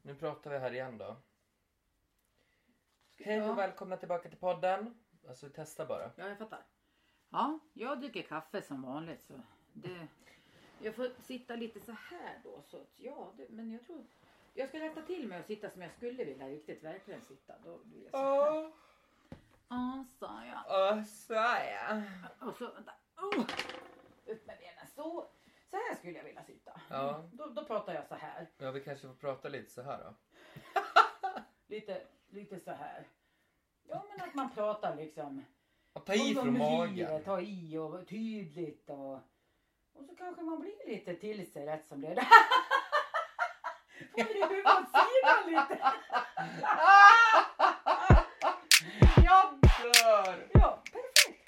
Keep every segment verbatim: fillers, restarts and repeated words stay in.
Nu pratar vi här igen då. Hej och välkomna tillbaka till podden. Alltså testa bara. Ja, jag fattar. Ja, jag dricker kaffe som vanligt. Så det, jag får sitta lite så här då. Så att, ja, det, men jag tror... Jag ska rätta till mig och sitta som jag skulle vilja riktigt verkligen sitta. Då blir jag så här. Ja, sa jag. Åh, sa jag. Och så, vänta. Oh, upp med benen. Så, så här skulle jag vilja sitta. Ja. Då, då pratar jag så här. Ja, vi kanske får prata lite så här då. lite, lite så här. Ja, men att man pratar liksom... Och ta i från magen. Ta i och tydligt och... Och så kanske man blir lite till sig rätt som det är. Får du huvudet åt sidan lite? Jag dör! Ja, perfekt.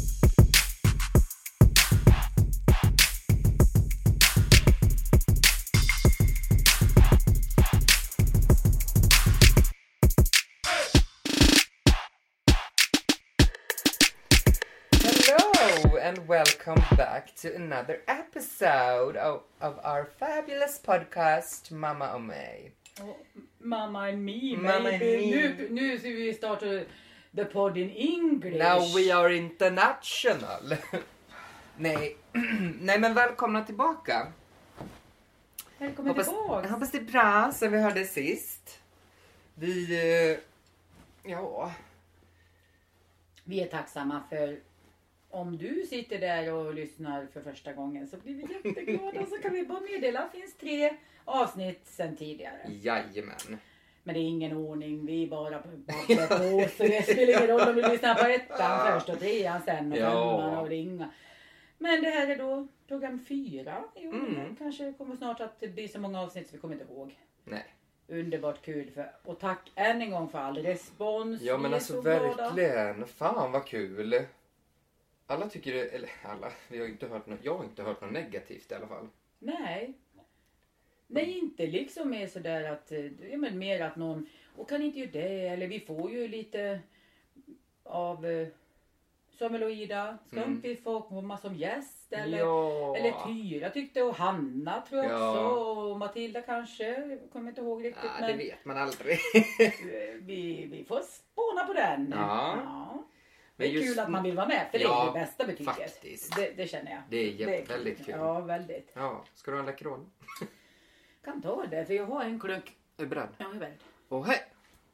Hello and welcome back to another episode of, of our fabulous podcast Mamma och mig. Oh, Mamma and me, Mamma and baby. me. Nu, nu ska vi starta the pod in English. Now we are international. Nej. Nej, men välkomna tillbaka. Välkommen Hoppas, tillbaka. hoppas det är bra som vi hörde sist. Vi, eh, ja. Vi är tacksamma för om du sitter där och lyssnar för första gången så blir vi jätteglada. Så kan vi bara meddela. Det finns tre avsnitt sedan tidigare. Jajamän. Men det är ingen ordning. Vi bara babblar på. Så det spelar ingen roll om du lyssnar på ettan först och trean sen och Ja. femman och ringa. Men det här är då program fyra. Jo, Mm. kanske kommer snart att det blir så många avsnitt så vi kommer inte ihåg. Nej. Underbart kul för, och tack än en gång för all respons. Ja, men Vi är alltså så glada. verkligen. Fan vad kul. Alla tycker det, eller alla, vi har inte hört något, jag har inte hört något negativt i alla fall. Nej. Nej, inte liksom mer sådär att, ja men mer att någon, och kan inte göra det, eller vi får ju lite av eh, Samuel och Ida, ska Mm. inte vi få komma som gäst, eller, Ja. eller Tyra tyckte, och Hanna tror jag Ja. också, och Matilda kanske, jag kommer inte ihåg riktigt, Ja, det men vet man aldrig. vi, vi får spåna på den. Ja. Det är Men just- kul att man vill vara med, för Ja, det är det bästa betyget. faktiskt. Det, det känner jag. Det är jätte- kul. väldigt kul. Ja, väldigt. Ja, ska du ha en Läkerol? Kan ta det, för jag har en klunk. Är du beredd? Ja, jag är beredd. Och hej!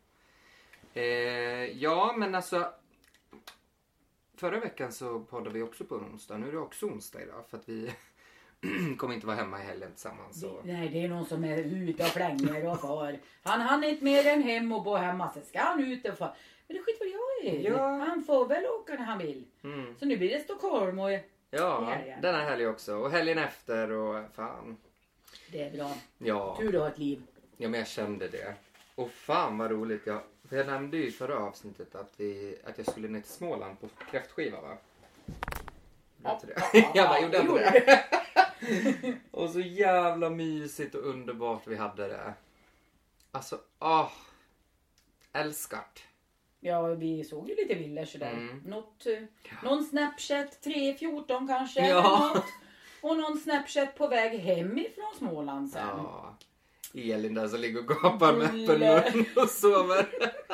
Eh, ja, men alltså... Förra veckan så poddade vi också på en onsdag. Nu är det också onsdag idag. För att vi kommer inte vara hemma i helgen tillsammans. Så. Det, nej, det är någon som är ute och flänger och far. Han hann inte mer än hem och bo hemma. Så ska han ut och far. Men det skit vad jag är. Ja. Han får väl åka när han vill. Mm. Så nu blir det Stockholm och Ja, helgen. den här helgen också. Och helgen efter och fan. det är bra. Ja, Tur du har ett liv. ja men jag kände det. Och fan vad roligt. Jag, för jag nämnde ju i förra avsnittet att, vi, att jag skulle ner till Småland på kräftskiva, va? Ja, det. ja, jag bara, ja, gjorde det inte gjorde det. Och så jävla mysigt och underbart vi hade det. Alltså, åh. Älskat. Ja, vi såg ju lite villor sådär. Mm. Något, eh, någon Snapchat tre fjorton kanske. Ja. eller något. Och någon Snapchat på väg hem ifrån Småland sen. Ja. Elin där som ligger och gapar med öppen Bulle. mun och sover.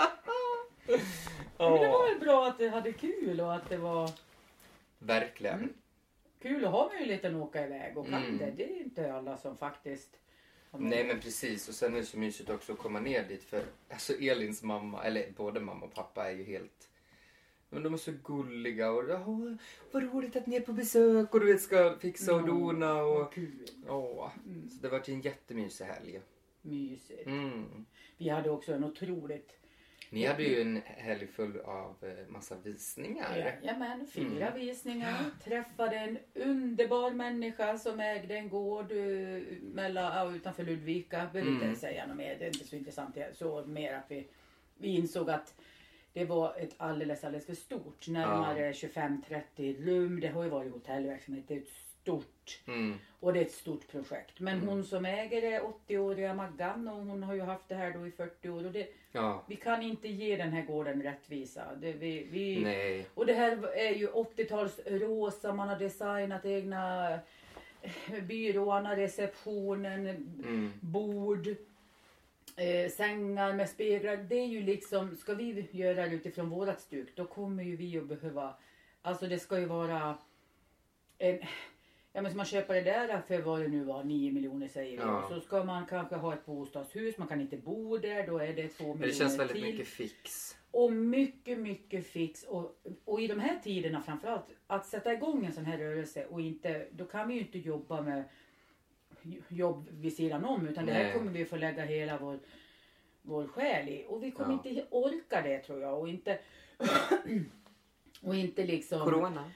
Men det Åh. var väl bra att det hade kul och att det var Verkligen. Mm. kul att ha möjligheten att åka iväg och kan Mm. det. Det är inte alla som faktiskt har Nej möjlighet. men precis, och sen är det så mysigt också att komma ner dit för alltså Elins mamma, eller både mamma och pappa är ju helt, men de är så gulliga och åh, vad roligt att ni är på besök och du vet ska fixa och Ja, dona och vad kul. åh, Mm. så det var en jättemysig helg. Mysigt. Mm. Vi hade också en otroligt Ni hade ju en helg full av eh, massa visningar. Jajamän, fyra Mm. visningar. Träffade en underbar människa som ägde en gård uh, mellan, ja, utanför Ludvika. Behöver Mm. inte säga något mer, det är inte så intressant. Så mer att vi, vi insåg att det var ett alldeles, alldeles för stort. Närmare tjugofem trettio rum. Det har ju varit hotellverksamhet. Det är ett stort. Mm. Och det är ett stort projekt. Men Mm. hon som äger det är åttio-åriga Maggan. Och hon har ju haft det här då i fyrtio år. Och det, Ja, vi kan inte ge den här gården rättvisa. Det, vi, vi, nej. och det här är ju åttio-tals rosa. Man har designat egna byråerna, receptionen, Mm. bord. eh, sängar med speglar. Det är ju liksom, ska vi göra det utifrån vårat stuk, då kommer ju vi att behöva, alltså det ska ju vara en, ja men ska man köpa det där för vad det nu var, nio miljoner säger vi. Ja. Så ska man kanske ha ett bostadshus, man kan inte bo där, då är det två miljoner Men det känns väldigt till. mycket fix. Och mycket, mycket fix. Och, och i de här tiderna framförallt, att sätta igång en sån här rörelse och inte, då kan vi ju inte jobba med jobb vid sidan om, utan det här Nej. kommer vi få lägga hela vår, vår själ i. Och vi kommer Ja. inte orka det tror jag, och inte och inte liksom Corona.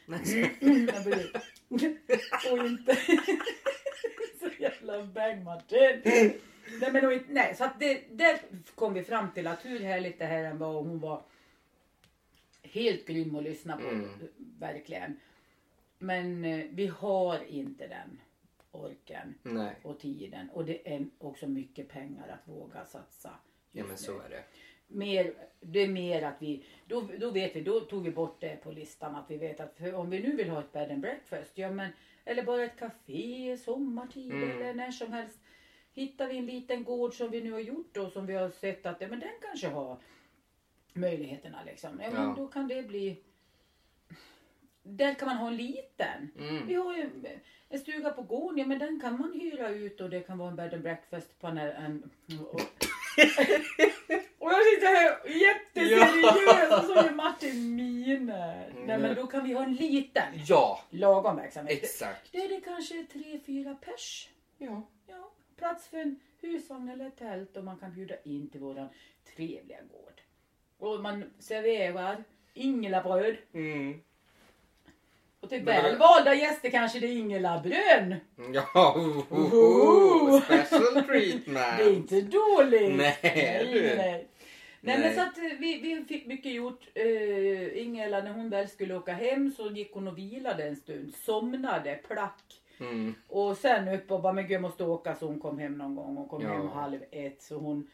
och inte så jävla bang Martin. Nej, men och inte, nej, så att det, där kom vi fram till att hur härligt det här än var, och hon var helt grym att lyssna på, Mm. verkligen. Men eh, vi har inte den orken Nej. och tiden, och det är också mycket pengar att våga satsa Ja men just så nu. är det. Mer, det är mer att vi, då, då vet vi, då tog vi bort det på listan, att vi vet att för om vi nu vill ha ett bed and breakfast, ja men, eller bara ett café sommartid Mm. eller när som helst, hittar vi en liten gård som vi nu har gjort och som vi har sett att ja, men den kanske har möjligheterna liksom, ja, men Ja. då kan det bli, där kan man ha en liten. Mm. Vi har ju en stuga på gården, ja men den kan man hyra ut och det kan vara en bed and breakfast på en, en och, och jag sitter här jätteseriös och så är Martin miner. Nej men då kan vi ha en liten Ja, lagom verksamhet. exakt. Det är det kanske tre, fyra pers. Ja. Ja, plats för en husvagn eller ett tält, och man kan bjuda in till våran trevliga gård. Och man serverar ingelabröd. Mm. Och till Men- välvalda gäster kanske det är ingelabrön. Ja, oh, oh, oh. Special treatment. Det är inte dåligt. Nej, nej, du. nej. nej. Nej. men så att eh, vi, vi fick mycket gjort. Uh, Ingela, när hon väl skulle åka hem så gick hon och vilade en stund. Somnade, plack. Mm. Och sen upp och bara, men gud jag måste åka, så hon kom hem någon gång. Hon kom Ja. hem halv ett. Så hon,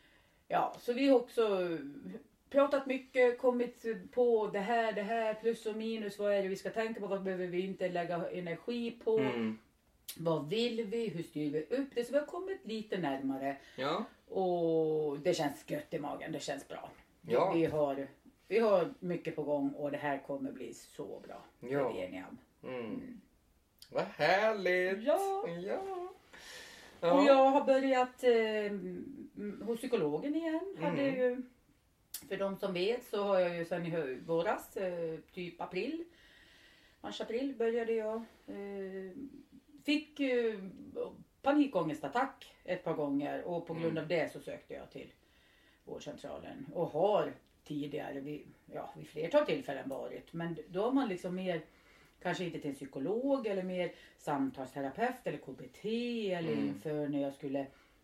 ja, så vi har också pratat mycket, kommit på det här, det här, plus och minus. Vad är det vi ska tänka på? Vad behöver vi inte lägga energi på? Mm. Vad vill vi? Hur styr vi upp det? Så vi har kommit lite närmare. Ja. Och det känns gött i magen. Det känns bra. Ja. Vi, har, vi har mycket på gång och det här kommer bli så bra. Det Ja. är vi eniga om. Mm. Vad härligt. Ja. Ja. Och jag har börjat eh, hos psykologen igen. Hade Mm. ju, för de som vet så har jag ju sedan i hö- våras, eh, typ april, mars-april började jag. Eh, fick eh, panikångestattack ett par gånger och på grund Mm. av det så sökte jag till vårdcentralen. Och har tidigare vid, ja, vid flertal tillfällen varit. Men då har man liksom mer, kanske inte till en psykolog eller mer samtalsterapeut eller K B T eller Mm. inför när jag skulle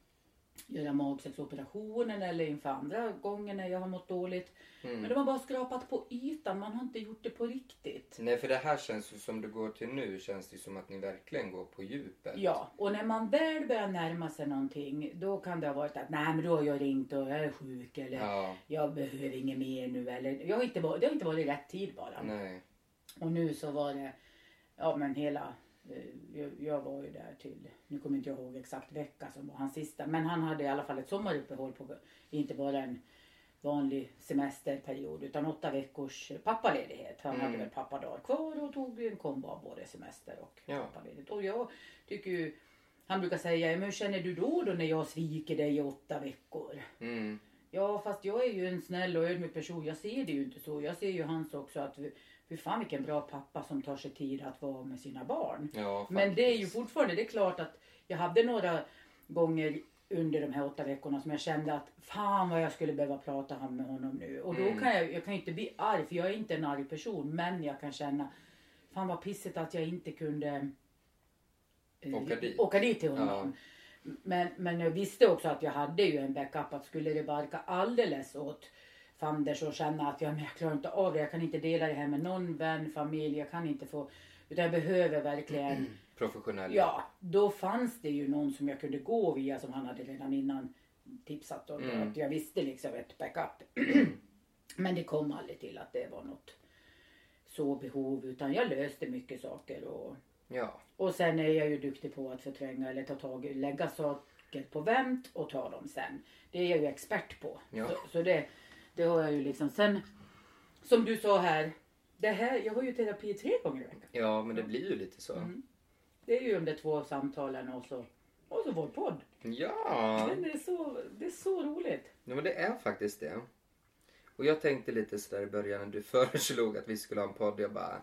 göra magsäcksoperationen eller inför andra gånger när jag har mått dåligt. Mm. Men de har bara skrapat på ytan, man har inte gjort det på riktigt. Nej, för det här känns ju som du går till nu, känns det som att ni verkligen går på djupet. Ja, och när man väl börjar närma sig någonting, då kan det ha varit att nej men då har jag ringt och jag är sjuk eller Ja. jag behöver inget mer nu eller jag har inte varit, det har inte varit rätt tid bara. Nej. Och nu så var det, ja men hela, eh, jag, jag var ju där till, nu kommer inte jag ihåg exakt vecka som var hans sista, men han hade i alla fall ett sommaruppehåll på, inte bara en vanlig semesterperiod utan åtta veckors pappaledighet. Han Mm. hade väl pappadag kvar och tog en kombo av både semester och Ja. pappaledighet. Och jag tycker ju, han brukar säga, men hur känner du då då när jag sviker dig i åtta veckor? Mm. Ja, fast jag är ju en snäll och ödmjuk person. Jag ser det ju inte så. Jag ser ju hans också att, hur fan vilken bra pappa som tar sig tid att vara med sina barn. Ja, faktiskt. Men det är ju fortfarande, det är klart att jag hade några gånger under de här åtta veckorna som jag kände att fan vad jag skulle behöva prata med honom nu. Och då Mm. kan jag, jag kan ju inte bli arg, för jag är inte en arg person. Men jag kan känna, fan vad pissigt att jag inte kunde eh, Åka dit. åka dit till honom. Men, men jag visste också att jag hade ju en backup, att skulle det barka alldeles åt fanders och känna att jag, men jag klarar inte av det, jag kan inte dela det här med någon vän, familj, jag kan inte få, utan jag behöver verkligen, Professionell. ja, då fanns det ju någon som jag kunde gå via, som han hade redan innan tipsat om, Mm. att jag visste liksom ett backup. Men det kom aldrig till att det var något så behov, utan jag löste mycket saker och Ja. och sen är jag ju duktig på att förtränga eller ta tag i, lägga saker saker på vänt och ta dem sen. Det är jag ju expert på. Ja. Så, så det, det har jag ju liksom. Sen, som du sa här, det här, jag har ju terapi tre gånger i veckan. Ja, men det blir ju lite så. Mm. Det är ju de där två samtalen och så, och så vår podd. Ja. Men det är så, det är så roligt. Ja, men det är faktiskt det. Och jag tänkte lite sådär i början när du föreslog att vi skulle ha en podd. Jag bara,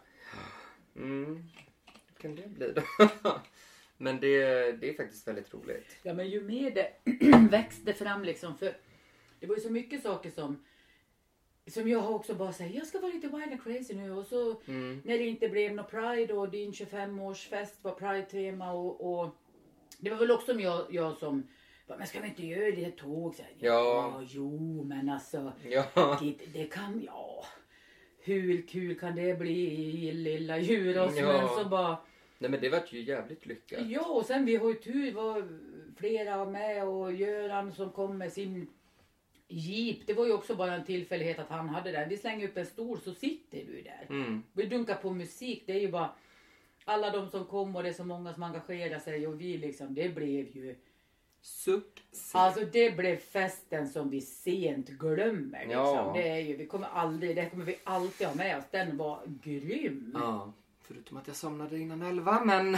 mm, hur kan det bli då? Men det, det är faktiskt väldigt roligt. Ja, men ju mer det växte fram liksom, för det var ju så mycket saker som som jag har också bara sagt, jag ska vara lite wild and crazy nu. Och så Mm. när det inte blev något Pride och din tjugofem-årsfest var Pride-tema och, och det var väl också jag, jag som bara, men ska vi inte göra det ett tåg? Så här, ja. Ja. Jo, men alltså Ja. det, det kan, ja, hur kul kan det bli, lilla djur och så, Ja. men så bara Nej, men det var ju jävligt lyckat. ja, och sen vi har ju tur, var flera med och Göran som kom med sin jeep. Det var ju också bara en tillfällighet att han hade den. Vi slänger upp en stol så sitter du där. Mm. Vi dunkar på musik. Det är ju bara alla de som kom och det är så många som engagerar sig och vi liksom, det blev ju Succé. alltså det blev festen som vi sent glömmer liksom. Ja. Det är ju, vi kommer aldrig, det kommer vi alltid ha med oss. Den var grym. Ja, förutom att jag somnade innan elva, men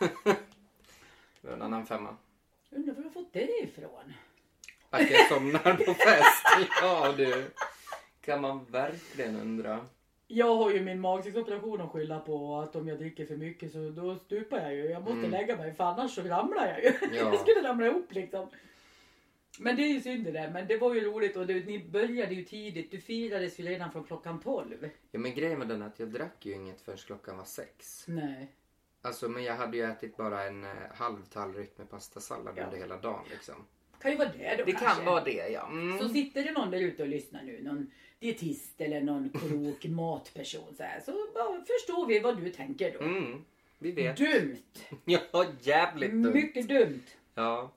det var en annan femma. Undrar var du har fått det ifrån? Att jag somnar på fest. Ja, du. Kan man verkligen undra. Jag har ju min magsäcksoperation att skylla på, att om jag dricker för mycket så då stupar jag ju. Jag måste Mm. lägga mig för annars så ramlar jag ju. Ja. Jag skulle ramla ihop liksom. Men det är ju synd det där. Men det var ju roligt och det, ni började ju tidigt. Du firades ju redan från klockan tolv. Ja, men grejen med den är att jag drack ju inget förrän klockan var sex. Nej. Alltså, men jag hade ju ätit bara en eh, halv tallrik med pastasallad Ja. under hela dagen liksom. Kan ju vara det då Det kanske. kan vara det, ja. Mm. Så sitter det någon där ute och lyssnar nu. Någon dietist eller någon klok matperson så här. Så ja, förstår vi vad du tänker då. Mm, vi vet. Dumt. Ja, jävligt dumt. Mycket dumt. Ja.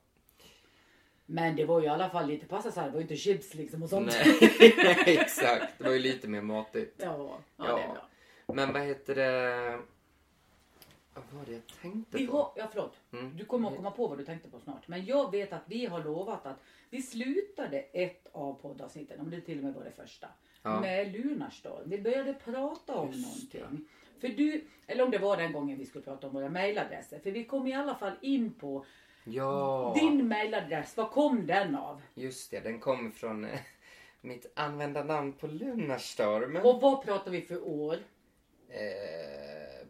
Men det var ju i alla fall lite pasta, det var ju inte chips liksom och sånt. Nej, exakt. Det var ju lite mer matigt. Ja, ja, Ja. det är bra. Men vad heter det? Vad var det jag tänkte Vi på? har, ja förlåt, Mm. du kommer att komma på vad du tänkte på snart. Men jag vet att vi har lovat att vi slutade ett av poddavsnitten, om det till och med var det första, Ja. med Lunarstorm. Vi började prata om Just det. någonting. För du, eller om det var den gången vi skulle prata om våra mejladresser. För vi kom i alla fall in på Ja, din mejladress. Vad kom den av? just det. Den kom från eh, mitt användarnamn på Lunarstorm. Och vad pratar vi för år? Eh,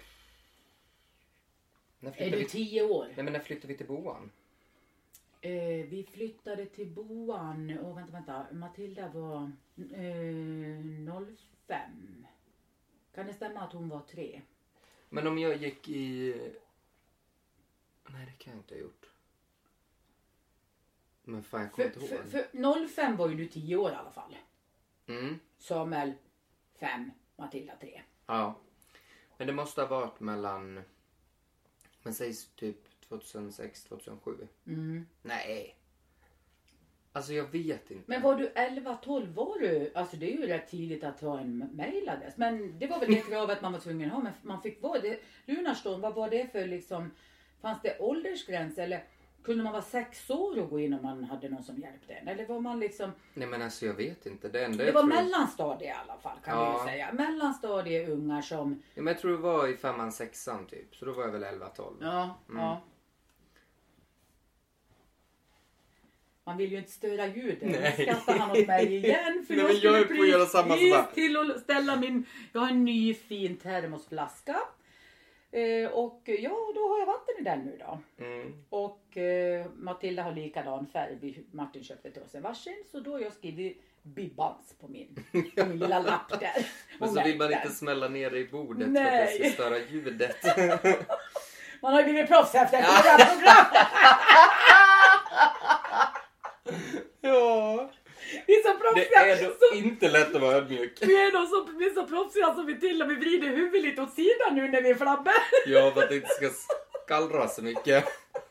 när Är flyttade du vi... tio år? Nej, men när flyttade vi till Boan? Eh, vi flyttade till Boan. Och vänta, vänta. Matilda var eh, noll fem. Kan det stämma att hon var tre? Men om jag gick i... Nej, det kan jag inte ha gjort. Men fan, jag kommer För, inte för, ihåg. för noll fem var ju du tio år i alla fall. Mm, Samuel fem, Matilda tre. ja. Men det måste ha varit mellan... Men sägs typ tjugohundrasex tjugohundrasju. Mm. Nej. Alltså jag vet inte. Men var du elva tolv var du? Alltså det är ju rätt tidigt att ha en mejladress. Men det var väl det kravet man var tvungen att ha. Men man fick vara det. Lunarstorm, vad var det för liksom... Fanns det åldersgräns eller kunde man vara sex år och gå in om man hade någon som hjälpte en? Eller var man liksom... Nej, men alltså jag vet inte. Det, enda Det jag var tror... mellanstadie i alla fall kan Ja. vi ju säga. Mellanstadie ungar som... Ja, men jag tror det var i femman, sexan typ. Så då var jag väl elva tolv. Ja, Mm. ja. Man vill ju inte störa ljudet. Nu Nej. skrattar han åt mig igen. För Nej, jag men skulle jag är på att göra samma precis som bara- till att ställa min... Jag har en ny fin termosflaska. Eh, och ja, då har jag vatten i den nu då. Mm. Och eh, Matilda har likadan färg. Vi- Martin köpte till oss en varsin. Så då har jag skrivit Bibbans på min, på min lilla lapp där. Men Och så vill man märkt inte den. smälla ner det i bordet för Nej. att det ska störa ljudet. Man har blivit proffs efter Ja. det här programmet. Ja. Vi är så Det proffsiga. är då Så, inte lätt att vara ödmjuk. vi är, då så, vi är så proffsiga så vi till och med vrider huvudet lite åt sidan nu när vi är flabbar. Ja, för att det inte ska skallra så mycket.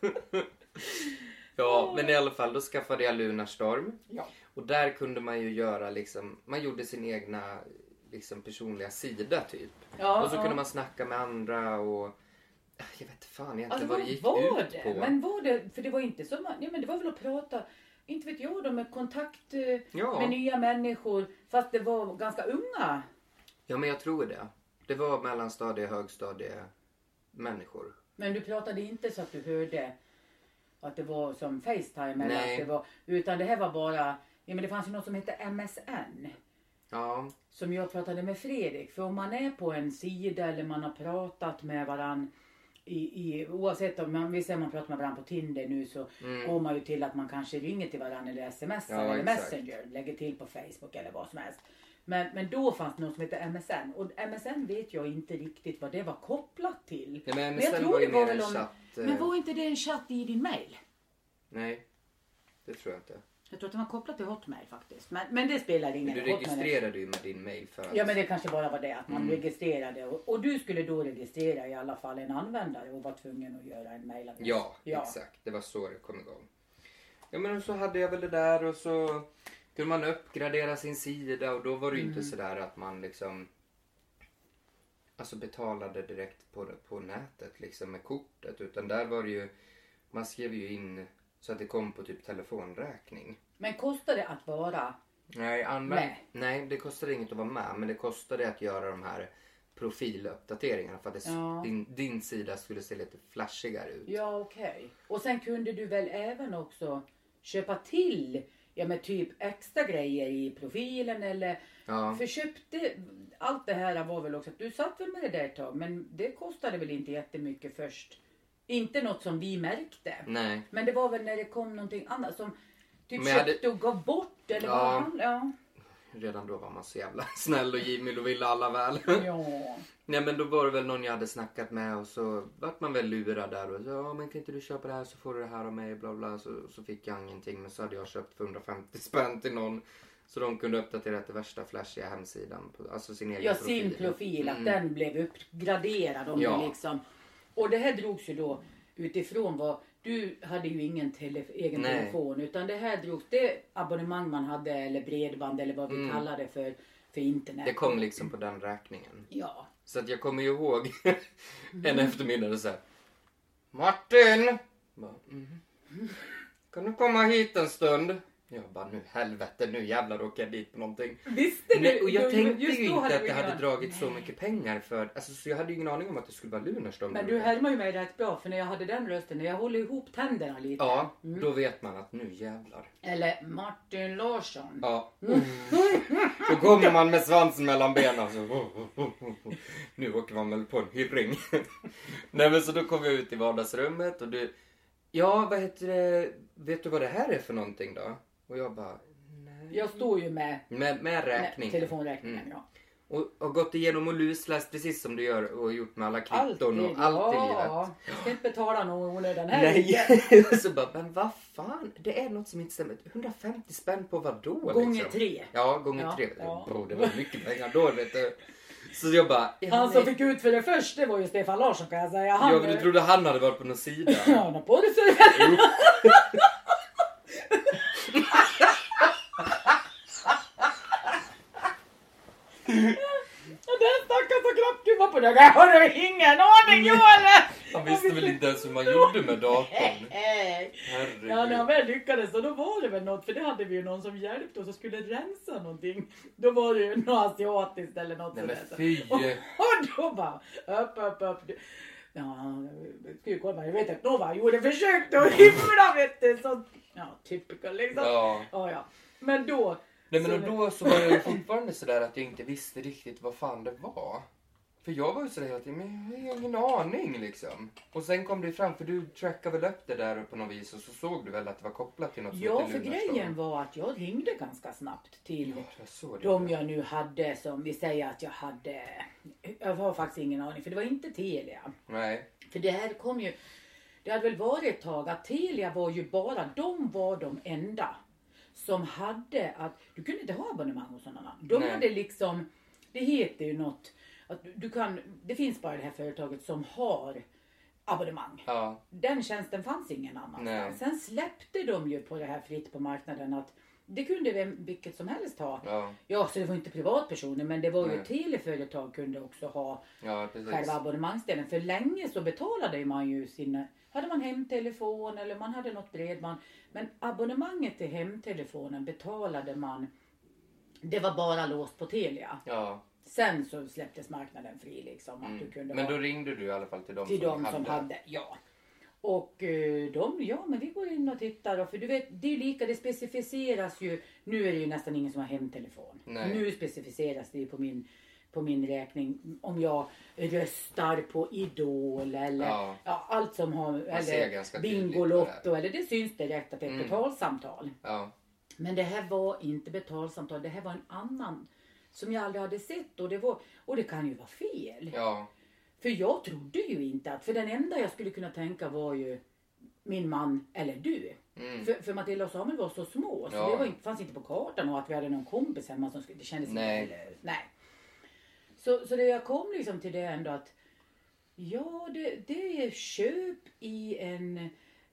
Ja, men i alla fall då skaffade jag Lunarstorm. Ja. Och där kunde man ju göra liksom, man gjorde sin egna liksom personliga sida typ. Ja, Och så ja. kunde man snacka med andra och Jag vet fan egentligen Alltså vad vad det gick var ut det? på. Men var det, för det var inte så, ja, men det var väl att prata, inte vet jag då, med kontakt eh, Ja. med nya människor. Fast det var ganska unga. Ja, men jag tror det. Det var mellanstadie, högstadie människor. Men du pratade inte så att du hörde att det var som FaceTime eller Nej. att det var, utan det här var bara, ja men det fanns ju något som hette M S N. Ja. Som jag pratade med Fredrik. För om man är på en sida eller man har pratat med varann i, i, oavsett om man, vi säger man pratar med varandra på Tinder nu, så Mm. går man ju till att man kanske ringer till varandra eller smsar Ja, eller exakt. Messenger, lägger till på Facebook eller vad som helst. Men, men då fanns det något som heter M S N, och M S N vet jag inte riktigt vad det var kopplat till. Ja, men Men jag sen tror var ju det var mer en väl om- chatt. eh, Men var inte det en chatt i din mail? Nej, det tror jag inte. Jag tror att det var kopplat till Hotmail faktiskt. Men, men det spelar ingen Men roll. du Hotmail är- registrerade ju med din mail för att... Ja, men det kanske bara var det att man Mm. registrerade. Och, och du skulle då registrera i alla fall en användare och var tvungen att göra en mailadress. Ja, Ja. exakt. Det var så det kom igång. Ja, men så hade jag väl det där och så kunde man uppgradera sin sida och då var det ju inte Mm. sådär att man liksom alltså betalade direkt på, på nätet liksom med kortet, utan där var det ju, man skrev ju in så att det kom på typ telefonräkning. Men kostar det att vara? Nej, använd... Nej. Nej, det kostade inget att vara med, men det kostade att göra de här profiluppdateringarna för att det, Ja. din, din sida skulle se lite flashigare ut. Ja, okej. Och sen kunde du väl även också köpa till, ja men typ extra grejer i profilen eller... Ja. För köpte, allt det här var väl också att du satt väl med det där ett tag, men det kostade väl inte jättemycket först. Inte något som vi märkte. Nej. Men det var väl när det kom någonting annat som typ Men jag hade- köpte och gav bort eller Ja. vad han, ja. Redan då var man så jävla snäll och givmild och ville alla väl. Ja. Nej, men då var det väl någon jag hade snackat med och så vart man väl lurad där och så, ja men kan inte du köpa det här så får du det här av mig, bla bla. Så, så fick jag ingenting, men så hade jag köpt för hundrafemtio spänn till någon så de kunde uppdatera till värsta flashiga hemsidan, på, alltså sin egen Ja, profil. sin profil, att Mm. den blev uppgraderad. Om Ja. det liksom. Och det här drogs ju då utifrån vad, du hade ju ingen tele, egen Nej. telefon, utan det här drogs, det abonnemang man hade eller bredband eller vad vi Mm. kallar det för, för internet. Det kom liksom på den räkningen. Ja. Så att jag kommer ju ihåg en eftermiddag och så här, Martin! Bara, "Mhm. Kan du komma hit en stund? Jag bara, nu helvete, nu jävlar åker jag dit på någonting. Visste du? Nej, och jag du- tänkte just ju då inte hade att du det hade ingen- dragit så Nej. mycket pengar för, alltså så jag hade ju ingen aning om att det skulle vara Lunarstorm. Men du härmar ju mig rätt bra, för när jag hade den rösten, när jag håller ihop tänderna lite. Ja, Mm. då vet man att nu jävlar. Eller Martin Larsson. Ja. Då kommer man med svansen mellan benen så. Nu åker man väl på en hyrring. Nej, men så då kom jag ut i vardagsrummet och du, ja vad heter det, vet du vad det här är för någonting då? Och jag bara, nej. Jag står ju med, Med, med räkning. med telefonräkningen. Mm. Ja. Och, och gått igenom och lusläst precis som du gör och gjort med alla kvitton och Alltid, allt i livet. ja. Jag ska inte betala någon onödan här. Nej, och så bara, men vad fan, det är något som inte stämmer. hundrafemtio spänn på vad då? Gånger liksom? tre. Ja, gånger Ja, tre. ja. Bro, det var mycket pengar då, vet du. Så jag bara, ja, Han som nej. fick ut för det först, det var ju Stefan Larsson kan jag säga. Han, Ja, men du trodde han hade varit på någon sida? Ja, han har på det så. Jo. Den stackaren som knappt du var på det där har du ingen aning Joel! Han visste väl inte ens hur man gjorde med datorn. Nej. Herregud. Ja, när han väl lyckades, och då var det väl något, för det hade vi ju någon som hjälpte oss och skulle rensa någonting. Då var det ju något asiatiskt eller något Nej, men sådär. fy. Och, och då bara, upp, upp, upp. Ja, gud, kolla, jag vet inte, då var gjorde försök att himla, vet du. Så, ja, typical liksom. Ja. Ja. Ja, men då. Nej, men så- och då så var jag ju fortfarande sådär att jag inte visste riktigt vad fan det var. För jag var ju sådär hela tiden, men jag har ingen aning liksom. Och sen kom det fram, för du trackade väl upp det där på något vis och så såg du väl att det var kopplat till något som Ja, heter för Lunarstorm. grejen var att jag ringde ganska snabbt till Ja, jag såg det. de jag nu hade, som vi säger att jag hade, jag har faktiskt ingen aning, för det var inte Telia. Nej. För det här kom ju, det hade väl varit ett tag att Telia var ju bara, de var de enda som hade att, du kunde inte ha abonnemang hos någon annan. De Nej. hade liksom, det heter ju något, att du, du kan, det finns bara det här företaget som har abonnemang. Ja. Den tjänsten fanns ingen annanstans. Nej. Sen släppte de ju på det här fritt på marknaden att det kunde vem, vilket som helst ha. Ja. Ja, så det var inte privatpersoner, men det var ju Nej. teleföretag kunde också ha Ja, precis. själva abonnemangsdelen. För länge så betalade man ju sina, hade man hemtelefon eller man hade något bredband. Men abonnemanget till hemtelefonen betalade man, det var bara låst på Telia. Ja. Sen så släpptes marknaden fri liksom. Att Mm. du kunde Men ha, då ringde du i alla fall till dem till som de hade. som hade, ja. Och eh, de, ja men vi går in och tittar. Och för du vet, det är ju lika, det specificeras ju. Nu är det ju nästan ingen som har hemtelefon. Nej. Nu specificeras det ju på min, på min räkning. Om jag röstar på Idol eller Ja. ja, allt som har, Man ser ganska eller tydligt Bingolotto. Eller det syns direkt att det är ett Mm. betalsamtal. Ja. Men det här var inte betalsamtal. Det här var en annan som jag aldrig hade sett. Och det, var, och det kan ju vara fel. Ja. För jag trodde ju inte att, för den enda jag skulle kunna tänka var ju min man eller du. Mm. För, för Matilda och Samuel var så små så Ja. det var inte, fanns inte på kartan och att vi hade någon kompis hemma som skulle, det kändes Nej. inte heller. Nej. Så, så det jag kom liksom till det ändå att ja det, det är köp i en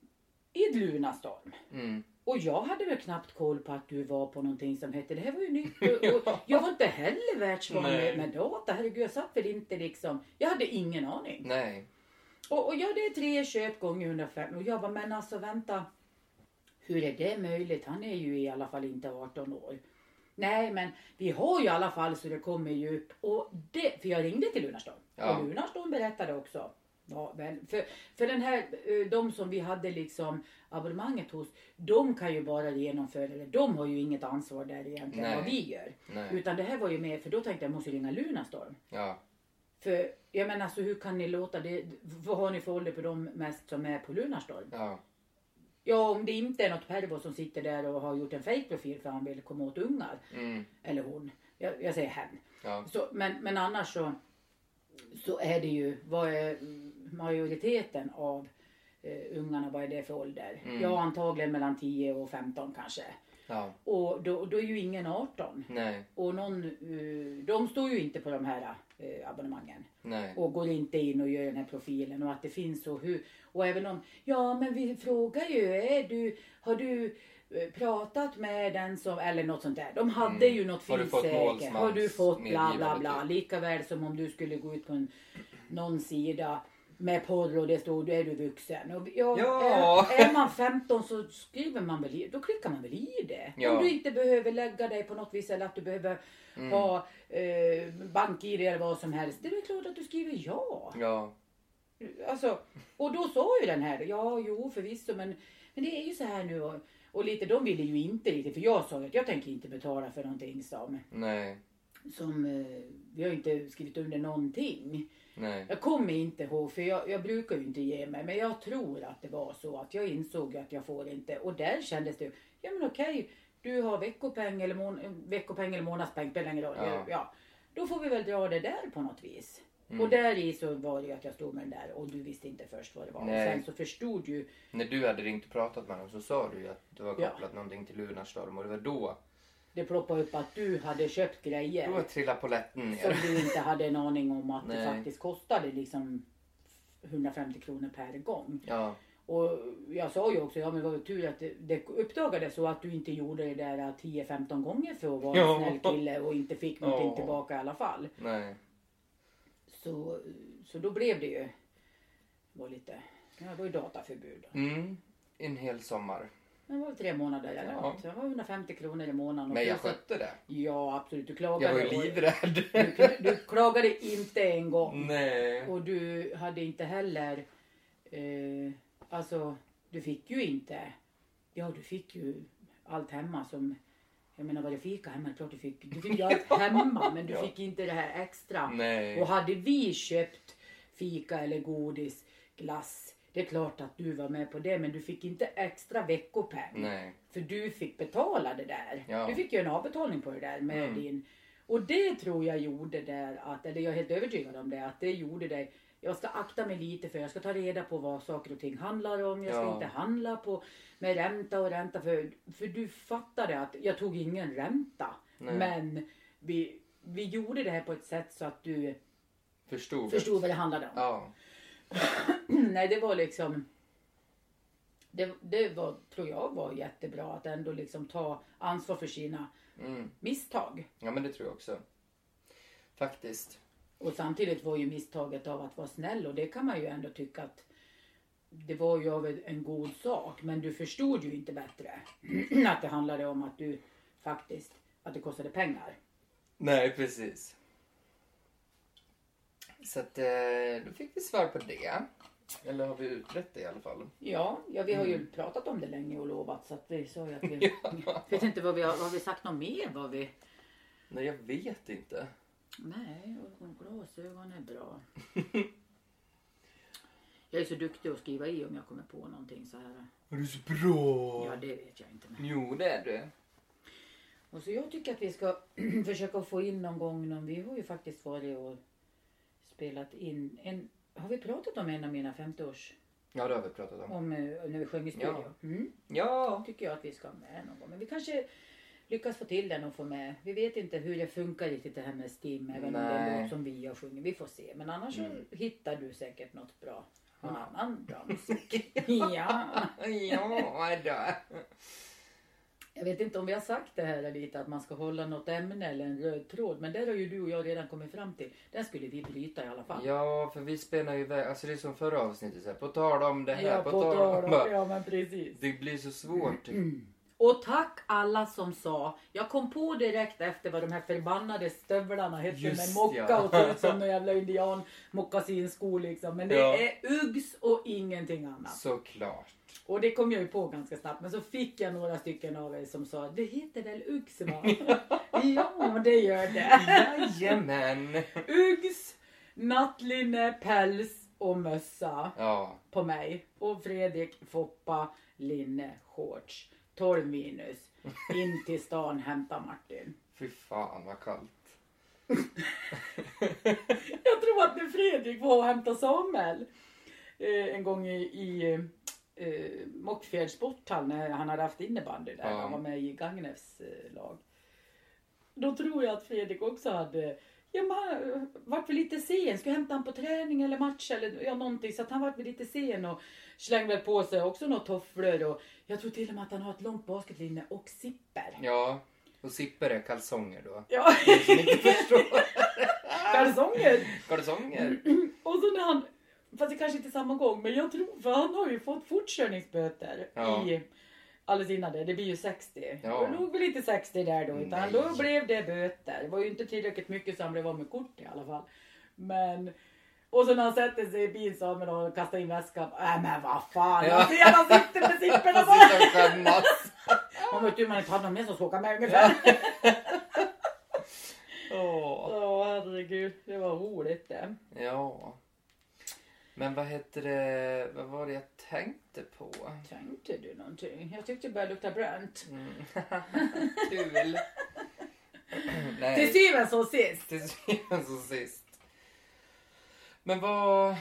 i ett Lunarstorm. Mm. Och jag hade väl knappt koll på att du var på någonting som hette, det här var ju nytt. Och, och jag var inte heller världsvan med, med data. Herregud, jag satt väl inte liksom, jag hade ingen aning. Nej. Och, och ja, det är tre köp gånger hundrafem. Och jag bara, men alltså vänta. Hur är det möjligt? Han är ju i alla fall inte arton år. Nej, men vi har ju i alla fall så det kommer ju upp. Och det, för jag ringde till Lunarstorm. Ja. Och Lunarstorm berättade också. Ja, väl, för, för den här, eh, de som vi hade liksom abonnemanget hos, de kan ju bara genomföra det. De har ju inget ansvar där egentligen Nej. vad vi gör. Nej. Utan det här var ju med, för då tänkte jag, jag måste ringa Lunarstorm. Ja. För jag menar, alltså hur kan ni låta det, vad har ni för ålder på dem mest som är på Lunarstorm? Ja. Ja, om det inte är något pervo som sitter där och har gjort en fake-profil för han vill komma åt ungar. Mm. Eller hon. Jag, jag säger hen. Ja. Så, men, men annars så, så är det ju, vad är majoriteten av eh, ungarna, vad är det för ålder? Mm. Ja, antagligen mellan tio och femton kanske. Ja. Och då, då är ju ingen arton. Nej. Och någon, eh, de står ju inte på de här eh, abonnemangen. Nej. Och går inte in och gör den här profilen och att det finns så hur. Och även om, ja men vi frågar ju, är du, har du eh, pratat med den som, eller något sånt där. De hade Mm. ju något Har du fått filsäker. målsmans Har du fått bla bla medgivande bla. typ? Lika väl som om du skulle gå ut på en, någon sida med porr och det stod, är du vuxen? Och, ja, Ja. Är, är man femton så skriver man väl i, då klickar man väl i det. Ja. Om du inte behöver lägga dig på något vis eller att du behöver Mm. ha eh, bank-id eller vad som helst. Det är väl klart att du skriver ja. Ja. Alltså, och då sa ju den här, ja jo förvisso men, men det är ju så här nu och, och lite, de ville ju inte riktigt, för jag sa ju att jag tänker inte betala för någonting som, Nej. som eh, vi har inte skrivit under någonting. Nej. Jag kommer inte ihåg, för jag, jag brukar ju inte ge mig, men jag tror att det var så att jag insåg att jag får inte, och där kändes det, ja men okej, du har veckopeng eller, mån, veckopeng eller månadspeng, spelar ingen roll. Ja. Ja, då får vi väl dra det där på något vis. Mm. Och där i så var det ju att jag stod med den där och du visste inte först vad det var. Nej. Och sen så förstod ju, När du hade ringt och pratat med dem så sa du ju att det var Ja. kopplat någonting till Lunarstorm och det var då. det ploppade upp att du hade köpt grejer Då trillade polletten som ner. du inte hade en aning om att det Nej. faktiskt kostade liksom hundrafemtio kronor per gång. Ja. Och jag sa ju också, ja men det var ju tur att det, det uppdagades så att du inte gjorde det där tio femton gånger för att vara Ja. en snäll kille och inte fick någonting Ja. tillbaka i alla fall. Nej. Så, så då blev det ju, det var lite, ja, det var ju dataförbud. Mm. En hel sommar. Det var tre månader eller Ja. något. Så det var hundrafemtio kronor i månaden. Och Men jag plus att- skötte det. Ja absolut, du Jag klagade. var ju och- livrädd. Du, du klagade inte en gång. Nej. Och du hade inte heller, eh, alltså du fick ju inte, ja du fick ju allt hemma som, jag menar vad det fika hemma, klart du fick, du fick ju allt hemma men du Ja. fick inte det här extra. Nej. Och hade vi köpt fika eller godis, glass, det är klart att du var med på det men du fick inte extra veckopeng. Nej. För du fick betala det där. Ja. Du fick ju en avbetalning på det där med Mm. din. Och det tror jag gjorde där att, eller jag är helt övertygad om det, att det gjorde det. Jag ska akta mig lite för jag ska ta reda på vad saker och ting handlar om. Jag ska Ja. inte handla på med ränta och ränta. För, för du fattade att jag tog ingen ränta. Nej. Men vi, vi gjorde det här på ett sätt så att du Förstod. förstod vad det handlade om. Ja. Nej, det var liksom... Det, det var, tror jag var jättebra att ändå liksom ta ansvar för sina Mm. misstag. Ja, men det tror jag också. Faktiskt. Och samtidigt var ju misstaget av att vara snäll. Och det kan man ju ändå tycka att det var ju av en god sak. Men du förstod ju inte bättre. Att det handlade om att du faktiskt, att det kostade pengar. Nej, precis. Så att eh, då fick vi svar på det. Eller har vi utrett det i alla fall? Ja, ja vi har ju Mm. pratat om det länge och lovat. Så att vi sa ju att vi... Jag vet inte vad vi har, har vi sagt något mer? Vad vi... Nej, jag vet inte. Nej, och glasögon är bra. Jag är så duktig att skriva i om jag kommer på någonting så här. Är du så bra? Ja, det vet jag inte. Men. Jo, det är du. Och så jag tycker att vi ska försöka få in någon gång. Någon, vi har ju faktiskt varit och spelat in en... Har vi pratat om en av mina femtioårs... Ja, det har vi pratat om. Om eh, när vi sjöng i studio? Ja. Mm. Ja. Tycker jag att vi ska ha med någon gång. Men vi kanske lyckas få till den och få med. Vi vet inte hur det funkar riktigt det här med Stim. Även om det är Nej. något som vi har sjungit. Vi får se. Men annars Mm. så hittar du säkert något bra. Någon Ja. annan bra musik. Ja. Ja, då. Jag vet inte om vi har sagt det här lite. Att man ska hålla något ämne eller en röd tråd. Men där har ju du och jag redan kommit fram till. Den skulle vi bryta i alla fall. Ja, för vi spelar ju iväg. Alltså det är som förra avsnittet. Så här, på tal om det här. Ja, på på tal tal om... om- bara, ja, men precis. Det blir så svårt. Och tack alla som sa. Jag kom på direkt efter vad de här förbannade stövlarna hette Just med mocka ja. och såg ut som en jävla indian mockasinsko liksom. Men det Ja. är Uggs och ingenting annat. Såklart. Och det kom jag ju på ganska snabbt. Men så fick jag några stycken av er som sa. Det heter väl Uggs va? Ja, det gör det. Jajamän. Uggs, nattlinne, päls och mössa Ja. på mig. Och Fredrik, Foppa, linne, shorts. tolv minus. In till stan, hämta Martin. Fy fan vad kallt. Jag tror att när Fredrik var och hämtade Samuel eh, en gång i, i eh, Mockfjärds sporthall när han hade haft innebandy där. Ja. Han var med i Gagnefs eh, lag. Då tror jag att Fredrik också hade... Ja, men han vart väl lite sen. Skulle hämta han på träning eller match eller ja, någonting. Så att han vart väl lite sen och slängde väl på sig också några tofflor. Och jag tror till och med att han har ett långt basketlinne och zipper. Ja. Och zipper är kalsonger då. Ja, Ni som inte förstår. kalsonger. Kalsonger. Och så när han, fast det kanske inte samma gång, men jag tror, för han har ju fått fortkörningsböter Ja. i alldeles innan det, det blir ju sextio. Ja. Och det låg väl inte sextio där då, utan Nej. då blev det böter. Det var ju inte tillräckligt mycket så han blev av med kort i alla fall. Men, och så när han sätter sig i bil så har han kastar in väskan. Äh men vad fan, Ja. jag ser att han sitter med zipperna Och på. sitta och skämmas. Man vet ju man inte har någon mer som ska åka med ungefär. Åh. Åh herregud, det var roligt det. Ja. Men vad heter det? Vad var det jag tänkte på? Tänkte du någonting? Jag tyckte det började lukta bränt. Mm. Kul. Till Nej. syvende och sist. Till syvende och sist. Men vad...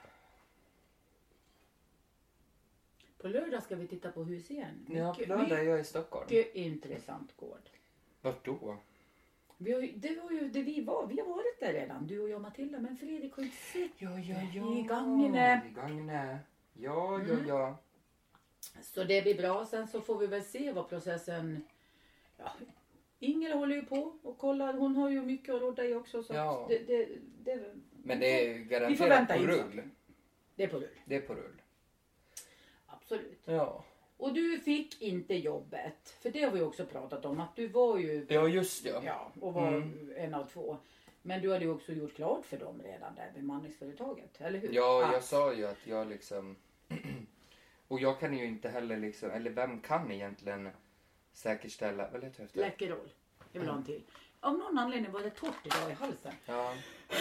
På lördag ska vi titta på hus igen. Ja, på Mycket- lördag är jag i Stockholm. Mycket intressant gård. Vart då? Vi har, ju- det var ju det vi var. Vi har varit där redan. Du och jag Matilda. Men Fredrik har ju sett. Ja, ja, ja. I Gagnef. I Gagnef. Ja, ja, Mm. ja. Så det blir bra. Sen så får vi väl se vad processen... Ja, Inger håller ju på och kollar. Hon har ju mycket att råda i också. Så Ja. att det, det, det, Men det är Vi får garanterat vänta på in rull. saker. Det är på rull. Det är på rull. Absolut. Ja. Och du fick inte jobbet. För det har vi också pratat om. Att du var ju... Ja, just det. Ja, och var Mm. en av två. Men du hade ju också gjort klart för dem redan där bemanningsföretaget, eller hur? Ja, jag Att- sa ju att jag liksom... Och jag kan ju inte heller liksom... Eller vem kan egentligen säkerställa... Vad letar jag efter? Läkerol. Jag vill ha en till. Av någon anledning var det torrt idag i halsen. Ja.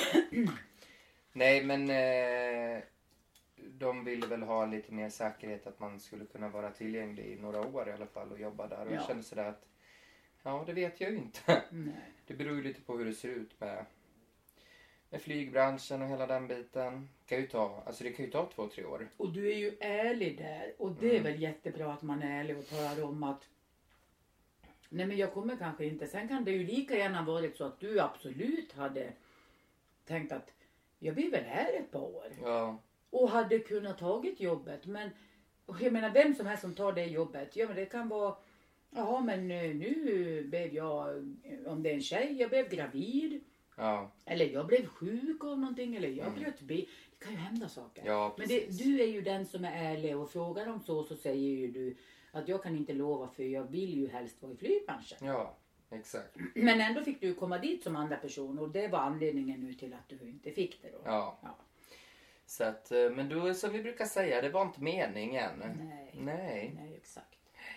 Nej, men... Eh, de ville väl ha lite mer säkerhet. Att man skulle kunna vara tillgänglig i några år i alla fall och jobba där. Och Ja. jag kände sådär att... Ja, det vet jag ju inte. Nej. Det beror ju lite på hur det ser ut med... Med flygbranschen och hela den biten. Kan ju ta, alltså det kan ju ta två, tre år. Och du är ju ärlig där. Och det är väl jättebra att man är ärlig och talar om att nej men jag kommer kanske inte. Sen kan det ju lika gärna varit så att du absolut hade tänkt att jag blir väl här ett par år. Ja. Och hade kunnat tagit jobbet. Men och jag menar vem som helst som tar det jobbet. Ja men det kan vara. Ja men nu blev jag. Om det är en tjej. Jag blev gravid. Ja. Eller jag blev sjuk av någonting. Eller jag Mm. bröt ben. Det kan ju hända saker. Ja, men det, precis. du är ju den som är ärlig. Och frågar dem så så säger ju du. Att jag kan inte lova för jag vill ju helst vara i flygbranschen. Ja, exakt. Men ändå fick du komma dit som andra person. Och det var anledningen nu till att du inte fick det då. Ja. Ja. Så att, eh, men då som vi brukar säga, det var inte meningen. Nej. Nej. Nej, exakt.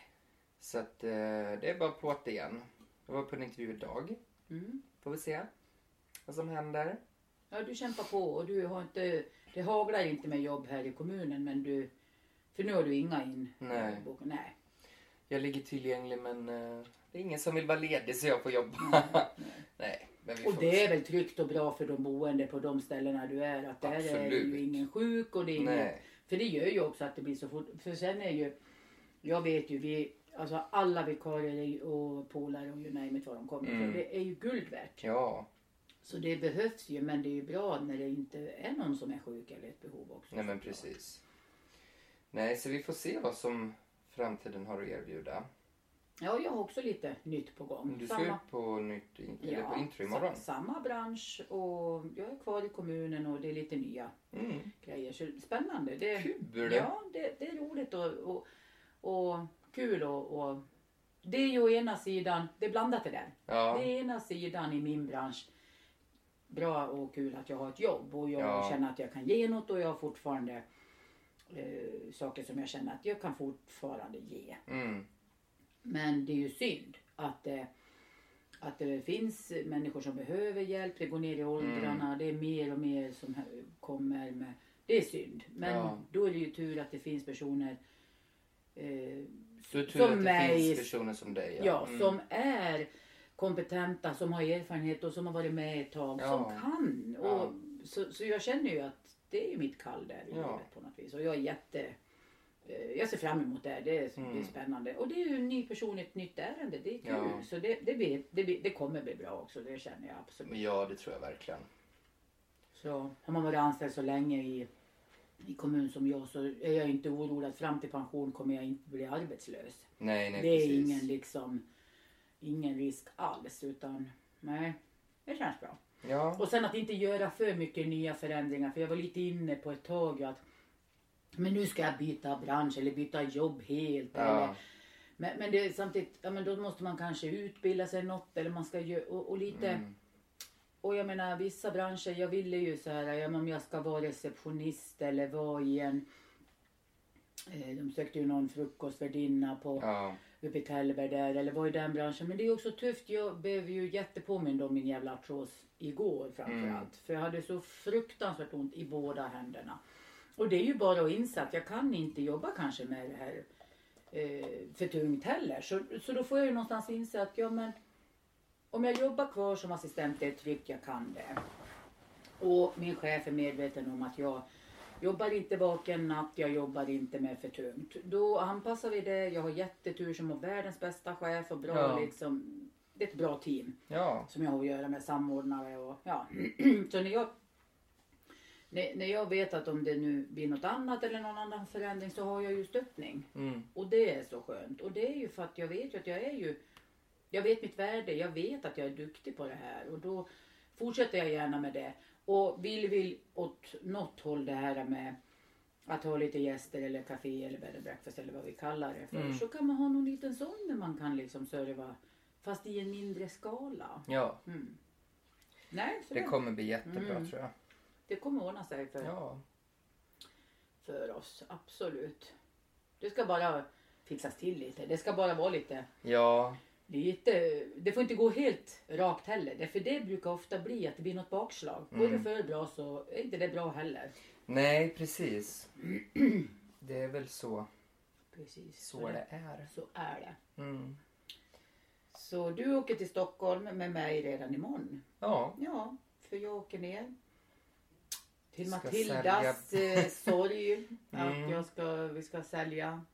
Så att eh, det är bara på att igen. Jag var på en intervju idag. Mm. Får vi se vad som händer. Ja, du kämpar på och du har inte, det haglar inte med jobb här i kommunen men du, för nu har du inga in. Nej. Nej. Jag ligger tillgänglig men eh, det är ingen som vill vara ledig så jag får jobba. Nej, nej. Nej, men vi Och får det se. är väl tryggt och bra för de boende på de ställena du är. Att där är Absolut. ju ingen sjuk och det är ingen, Nej. för det gör ju också att det blir så fort. För sen är ju, jag vet ju vi, alltså alla vikarier och polare och ju nej med vad de kommer Mm. för. Det är ju guld värt. Ja, Så det behövs ju men det är ju bra när det inte är någon som är sjuk eller ett behov också. nej men precis. Nej, så vi får se vad som framtiden har att erbjuda. Ja, jag har också lite nytt på gång. Du ska ut på nytt in- eller på intro imorgon. sa- samma bransch och jag är kvar i kommunen och det är lite nya Mm. grejer. Så spännande. Det, Kul! ja, det, det är roligt och, och, och kul och, och det är ju å ena sidan, det är blandat det där. Ja. Det är ena sidan i min bransch bra och kul att jag har ett jobb och jag Ja. känner att jag kan ge något och jag har fortfarande eh, saker som jag känner att jag kan fortfarande ge. Mm. Men det är ju synd att det, att det finns människor som behöver hjälp. Det går ner i åldrarna. Mm. Det är mer och mer som hö- kommer med. Det är synd. Men Ja. då är det ju tur att det finns personer eh, Så är det tur Som att det mig- finns personer som dig. ja, Mm. som är kompetenta, som har erfarenhet och som har varit med ett tag. Ja. Som kan. Och, Ja. så, så jag känner ju att det är ju mitt kall där i Ja. livet på något vis. Och jag är jätte... eh, Jag ser fram emot det här. Det är, det är Mm. spännande. Och det är ju en ny person, ett nytt ärende. Det är kul. Ja. Så det, det, blir, det, blir, det kommer bli bra också. Det känner jag absolut. Ja, det tror jag verkligen. Så har man varit anställd så länge i, i kommun som jag så är jag inte orolig att fram till pension kommer jag inte bli arbetslös. Nej, nej det är precis. ingen liksom ingen risk alls utan nej, det känns bra. Ja. Och sen att inte göra för mycket nya förändringar för jag var lite inne på ett tag att men nu ska jag byta bransch eller byta jobb helt. Eller, Ja. men, men det är samtidigt, ja men då måste man kanske utbilda sig något eller man ska göra och, och lite Mm. och jag menar vissa branscher, jag ville ju så här, ja, men om jag ska vara receptionist eller vara i en, eh, de sökte ju någon frukostvärdinna på Ja. uppe i Tällberg där eller var i den branschen. Men det är också tufft, jag blev ju jättepåmind om min jävla artros igår framförallt. Mm. För jag hade så fruktansvärt ont i båda händerna. Och det är ju bara att inse att jag kan inte jobba kanske med det här eh, för tungt heller. Så, så då får jag ju någonstans inse att ja men om jag jobbar kvar som assistent det är tryggt, jag kan det. Och min chef är medveten om att jag jobbar inte vaken natt, jag jobbar inte med för tungt. Då anpassar vi det, jag har jättetur som har världens bästa chef och bra Ja. liksom, det är ett bra team Ja. som jag har att göra med samordnare och ja. Så när jag när, när jag vet att om det nu blir något annat eller någon annan förändring så har jag ju stöttning. Mm. Och det är så skönt. Och det är ju för att jag vet ju att jag är ju, jag vet mitt värde, jag vet att jag är duktig på det här. Och då fortsätter jag gärna med det. Och vill vi åt något håll det här med att ha lite gäster eller café eller bed and breakfast eller vad vi kallar det för. Mm. Så kan man ha någon liten sån där man kan liksom serva fast i en mindre skala. Ja. Mm. Nej, så Det det, kommer bli jättebra Mm. tror jag. det kommer ordna sig för, Ja. för oss. Absolut. Det ska bara fixas till lite. Det ska bara vara lite Ja. Lite, det får inte gå helt rakt heller. För det brukar ofta bli att det blir något bakslag. Går Mm. det för bra så är inte det bra heller. Nej, precis. Det är väl så, Precis. så det är. Så är det. Mm. Så du åker till Stockholm med mig redan imorgon. Ja. Ja, för jag åker ner. Till Ska Matildas eh, sorg. Mm. Att jag ska, vi ska sälja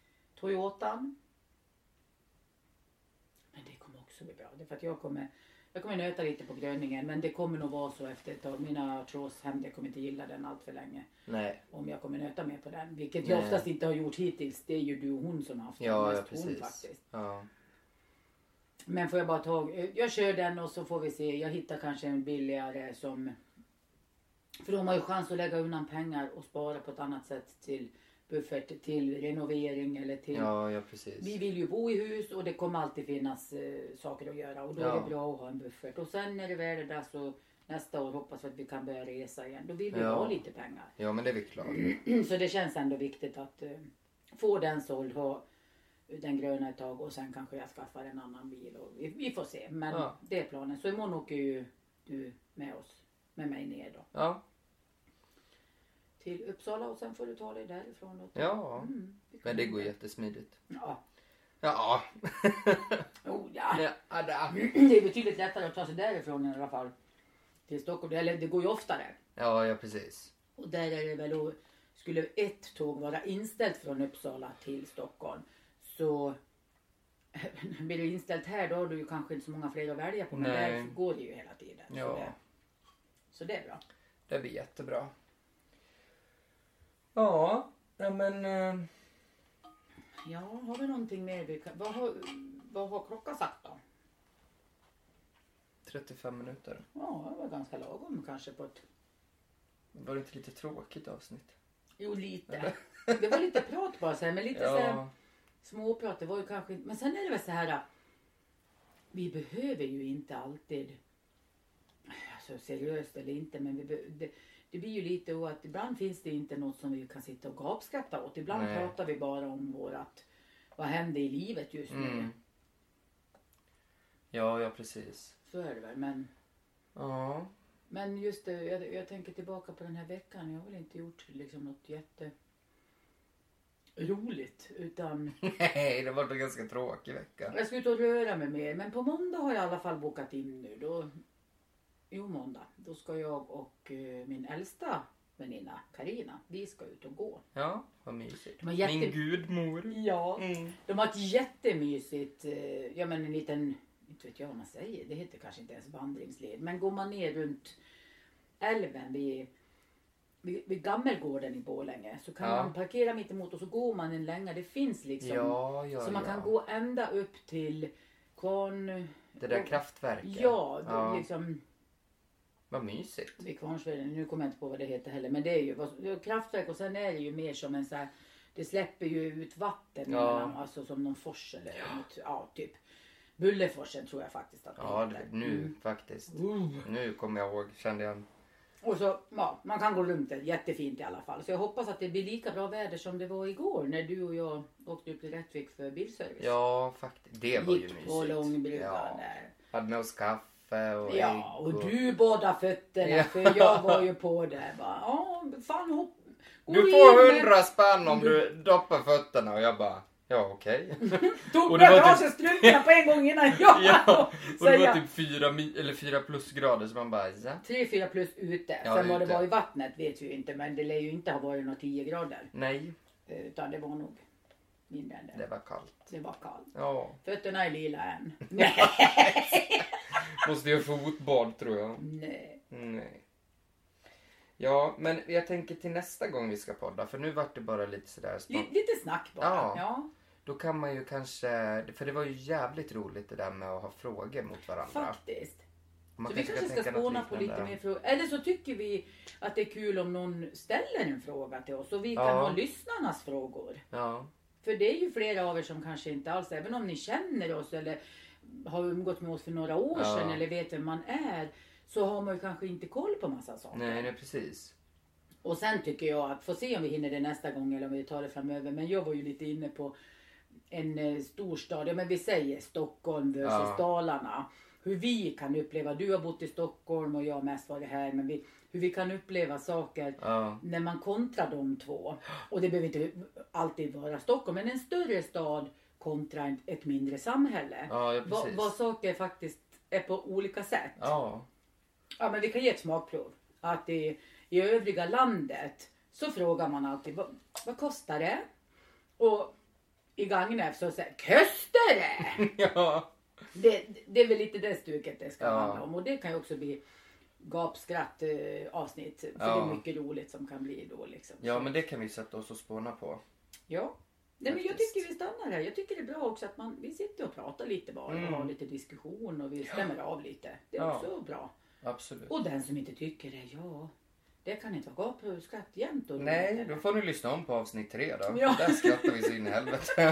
Toyotan. Men det kommer också bli bra. Det är för att jag kommer, Jag kommer nöta lite på gröningen, men det kommer nog vara så efter ett tag. Mina tråshänder kommer inte gilla den allt för länge. Nej. Om jag kommer nöta mer på den. Vilket jag oftast inte har gjort hittills. Det är ju du och hon som har haft ja, mest ja, precis. hon faktiskt. Ja. Men får jag bara ta, jag kör den och så får vi se. Jag hittar kanske en billigare som, för de har ju chans att lägga undan pengar och spara på ett annat sätt till buffert, till renovering eller till. Ja, ja, precis. Vi vill ju bo i hus och det kommer alltid finnas eh, saker att göra och då ja. är det bra att ha en buffert. Och sen när det väl är där så nästa år hoppas vi att vi kan börja resa igen. Då vill vi ja. ha lite pengar. Ja, men det är vi klart. Så det känns ändå viktigt att eh, få den såld, ha den gröna ett tag och sen kanske jag skaffar en annan bil. Och vi, vi får se, men ja. det är planen. Så imorgon åker ju du med oss, med mig ner då. Ja. Till Uppsala och sen får du ta dig därifrån. Och Ja, mm, men det går jättesmidigt. Ja. Ja. Oh, ja. ja da. Det är betydligt lättare att ta sig därifrån i alla fall. Till Stockholm, eller det går ju oftare. Ja, ja, precis. Och där är det väl då, skulle ett tåg vara inställt från Uppsala till Stockholm. Så blir det inställt här då har du ju kanske inte så många fler att välja på. Men Nej. där går det ju hela tiden. Ja. Så, det, så det är bra. Det blir jättebra. Ja, ja men... Eh... Ja, har vi någonting mer? Vi kan, vad, har, vad har klockan sagt då? trettiofem minuter. Ja, det var ganska lagom kanske på ett... Var det inte lite tråkigt avsnitt? Jo, lite. Det var lite prat bara så här, men lite ja. så här... Småprat, det var ju kanske inte... Men sen är det väl så här... Vi behöver ju inte alltid... Alltså seriöst eller inte, men vi be, det, det blir ju lite så att ibland finns det inte något som vi kan sitta och gapskratta åt. Ibland Nej. pratar vi bara om vårat... Vad händer i livet just nu? Mm. Ja, ja precis. Så är det väl, men... Ja. Men just det, jag, jag tänker tillbaka på den här veckan. Jag har väl inte gjort liksom något jätte... roligt utan Nej, det var en ganska tråkig vecka. jag ska ut och röra mig mer, men på måndag har jag i alla fall bokat in nu då. Jo, måndag, då ska jag och uh, min äldsta väninna Karina, vi ska ut och gå. Ja, vad mysigt. De har jätte... Min gudmor. Ja, mm. de har ett jättemysigt uh, ja men en liten, inte vet jag vad man säger, det heter kanske inte ens vandringsled, men går man ner runt älven vid Vid, vid Gammelgården i Borlänge så kan ja. man parkera mitt emot och så går man en länga. Det finns liksom. Ja, ja, så man ja. kan gå ända upp till Kvarn... Det där och, kraftverket. Ja, ja. Det, liksom... Vad mysigt. Vid Kvarnsveden, nu kommer jag inte på vad det heter heller. Men det är ju det är kraftverk och sen är det ju mer som en så här... Det släpper ju ut vatten ja. mellan, alltså som någon fors eller ja. Något, ja, typ. Bullerforsen tror jag faktiskt att det Ja, heter. det, nu mm. faktiskt. Mm. Nu kommer jag ihåg, kände jag. Och så, ja, man kan gå runt det. Jättefint i alla fall. Så jag hoppas att det blir lika bra väder som det var igår när du och jag åkte upp till Rättvik för bilservice. Ja, faktiskt. Det var Gick ju mysigt. på Långbryggan ja. där. Hade med oss kaffe och Ja, ägg. och, Och du båda fötterna. Ja. För jag var ju på där. Bara, ja, fan hopp. Gå Du in får med- hundra spänn om du doppar fötterna och jag bara, ja okej. Tog och det jag var av sig strumporna på en gång innan jag ja, och det säga. var typ fyra, mi- eller fyra plusgrader så man bara, ja. tre fyra plus ute. Ja, Sen vad det ute. var i vattnet vet vi ju inte. Men det lär ju inte ha varit några tio grader. Nej, Utan det var nog mindre än det. det var kallt. Det var kallt. Ja, Fötterna är lila än. måste ju fotbad tror jag. Nej. Nej. Ja, men jag tänker till nästa gång vi ska podda. För nu vart det bara lite sådär. L- lite snack bara. Ja. Ja. Då kan man ju kanske, för det var ju jävligt roligt det där med att ha frågor mot varandra. Faktiskt. Man Så vi kanske ska tänka något spåna på lite liknande. mer frågor. Eller så tycker vi att det är kul om någon ställer en fråga till oss. Och vi kan Ja. ha lyssnarnas frågor. Ja, För det är ju flera av er som kanske inte alls, även om ni känner oss eller har umgått med oss för några år Ja. sedan eller vet vem man är. Så har man ju kanske inte koll på massa saker. nej, nej precis. Och sen tycker jag att, får se om vi hinner det nästa gång eller om vi tar det framöver. Men jag var ju lite inne på en eh, storstad, ja men vi säger Stockholm versus Ja. Dalarna. Hur vi kan uppleva, du har bott i Stockholm och jag har mest varit här. Men vi, hur vi kan uppleva saker Ja, när man kontrar de två. Och det behöver inte alltid vara Stockholm, men en större stad kontra ett- ett mindre samhälle. ja, ja Vad precis. vad saker faktiskt är på olika sätt. Ja, Ja, men vi kan ge ett smakprov. Att i, i övriga landet så frågar man alltid vad, vad kostar det? Och i Gagnef så säger kostar det? ja. Det, det är väl lite det stuket det ska Ja. handla om. Och det kan ju också bli gapskratt eh, avsnitt. För Ja. det är mycket roligt som kan bli då liksom. Ja, Så- men det kan vi sätta oss och spåna på. Ja. Nej, men jag Faktiskt. tycker vi stannar här. Jag tycker det är bra också att man, vi sitter och pratar lite bara Mm. och har lite diskussion och vi stämmer av lite. Det är Ja. också bra. Absolut. Och den som inte tycker det, ja, det kan inte vara gap och skratt jämt. Och Nej, roligt, då eller? får ni lyssna om på avsnitt tre då. Ja. Där skrattar vi så in i helvete.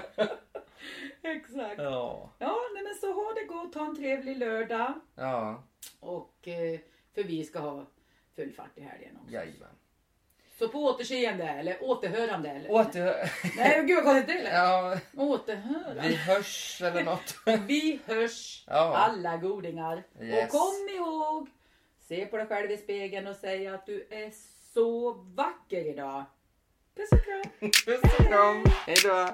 Exakt. Ja. Ja, nej, men så ha det gott, ha en trevlig lördag. Ja, Och eh, för vi ska ha full fart i helgen också. jajamän. Så på återseende eller återhörande eller? Åter... Nej, gud vad konstigt det lät. Ja, Återhörande. vi hörs eller något. Vi hörs Ja. alla godingar. Yes. Och kom ihåg, se på dig själv i spegeln och säg att du är så vacker idag. Puss och kram. Puss och kram. Hej då.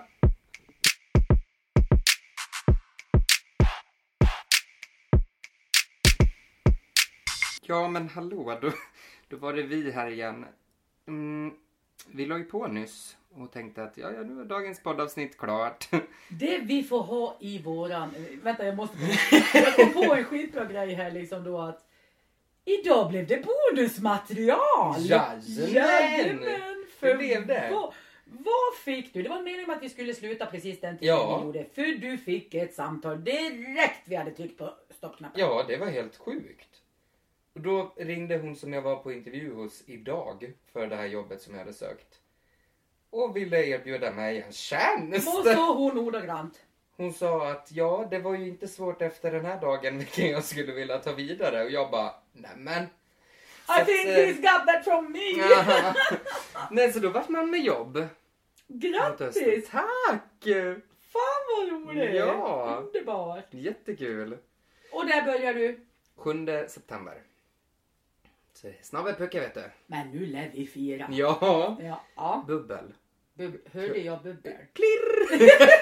Ja, men hallå, då, då var det vi här igen. Mm, vi la ju på nyss och tänkte att ja, ja, nu är dagens poddavsnitt klart. Det vi får ha i våran... Vänta, jag måste... Jag kom på en skitbra grej här liksom då att... Idag blev det bonusmaterial! Jajamän! Jajamän! Hur blev det? Vad, vad fick du? Det var meningen att vi skulle sluta precis den tiden Ja. vi gjorde. För du fick ett samtal direkt vi hade tryckt på stoppknappen. Ja, det var helt sjukt. Och då ringde hon som jag var på intervju hos idag för det här jobbet som jag hade sökt. Och ville erbjuda mig en tjänst. Och så hon ordagrant. Hon sa att ja, det var ju inte svårt efter den här dagen vilken jag skulle vilja ta vidare. Och jag bara, nämen. I think he's got that from me! Aha. Nej, så då vart man med jobb. Grattis! Tack! Fan vad roligt! Ja. Underbart! Jättekul. Och där börjar du. sjunde september. Så snabbare pucka vet du. Men nu lär vi fira. Ja. Ja. ja. Bubbel. Bub- hörde jag bubbel? Klirr!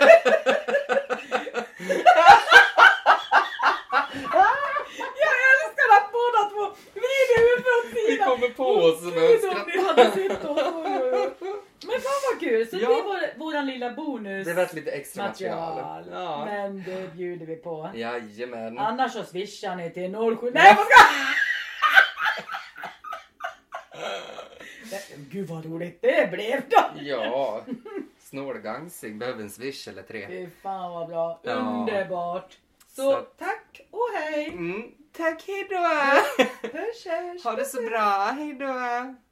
Jag älskar att båda två vrider huvudet åt Vi sidan. kommer på oss med Gud, att om skratta. ni hade sett oss. Oj, oj, oj. Men fan vad kul. Så Ja. det var våran lilla bonus. Det vart lite extra material. material. Ja. Men det bjuder vi på. Jajamän. Annars så swishar ni till noll sju. Nej, vad ska... Gud vad roligt det blev då. Ja. Snålgangsig. Behöver en swish eller tre. Fy fan vad bra. Ja. Underbart. Så, Så- tack och hej. Mm. Tack, hejdå. Hörs, hörs. Ha det så bra. Hejdå.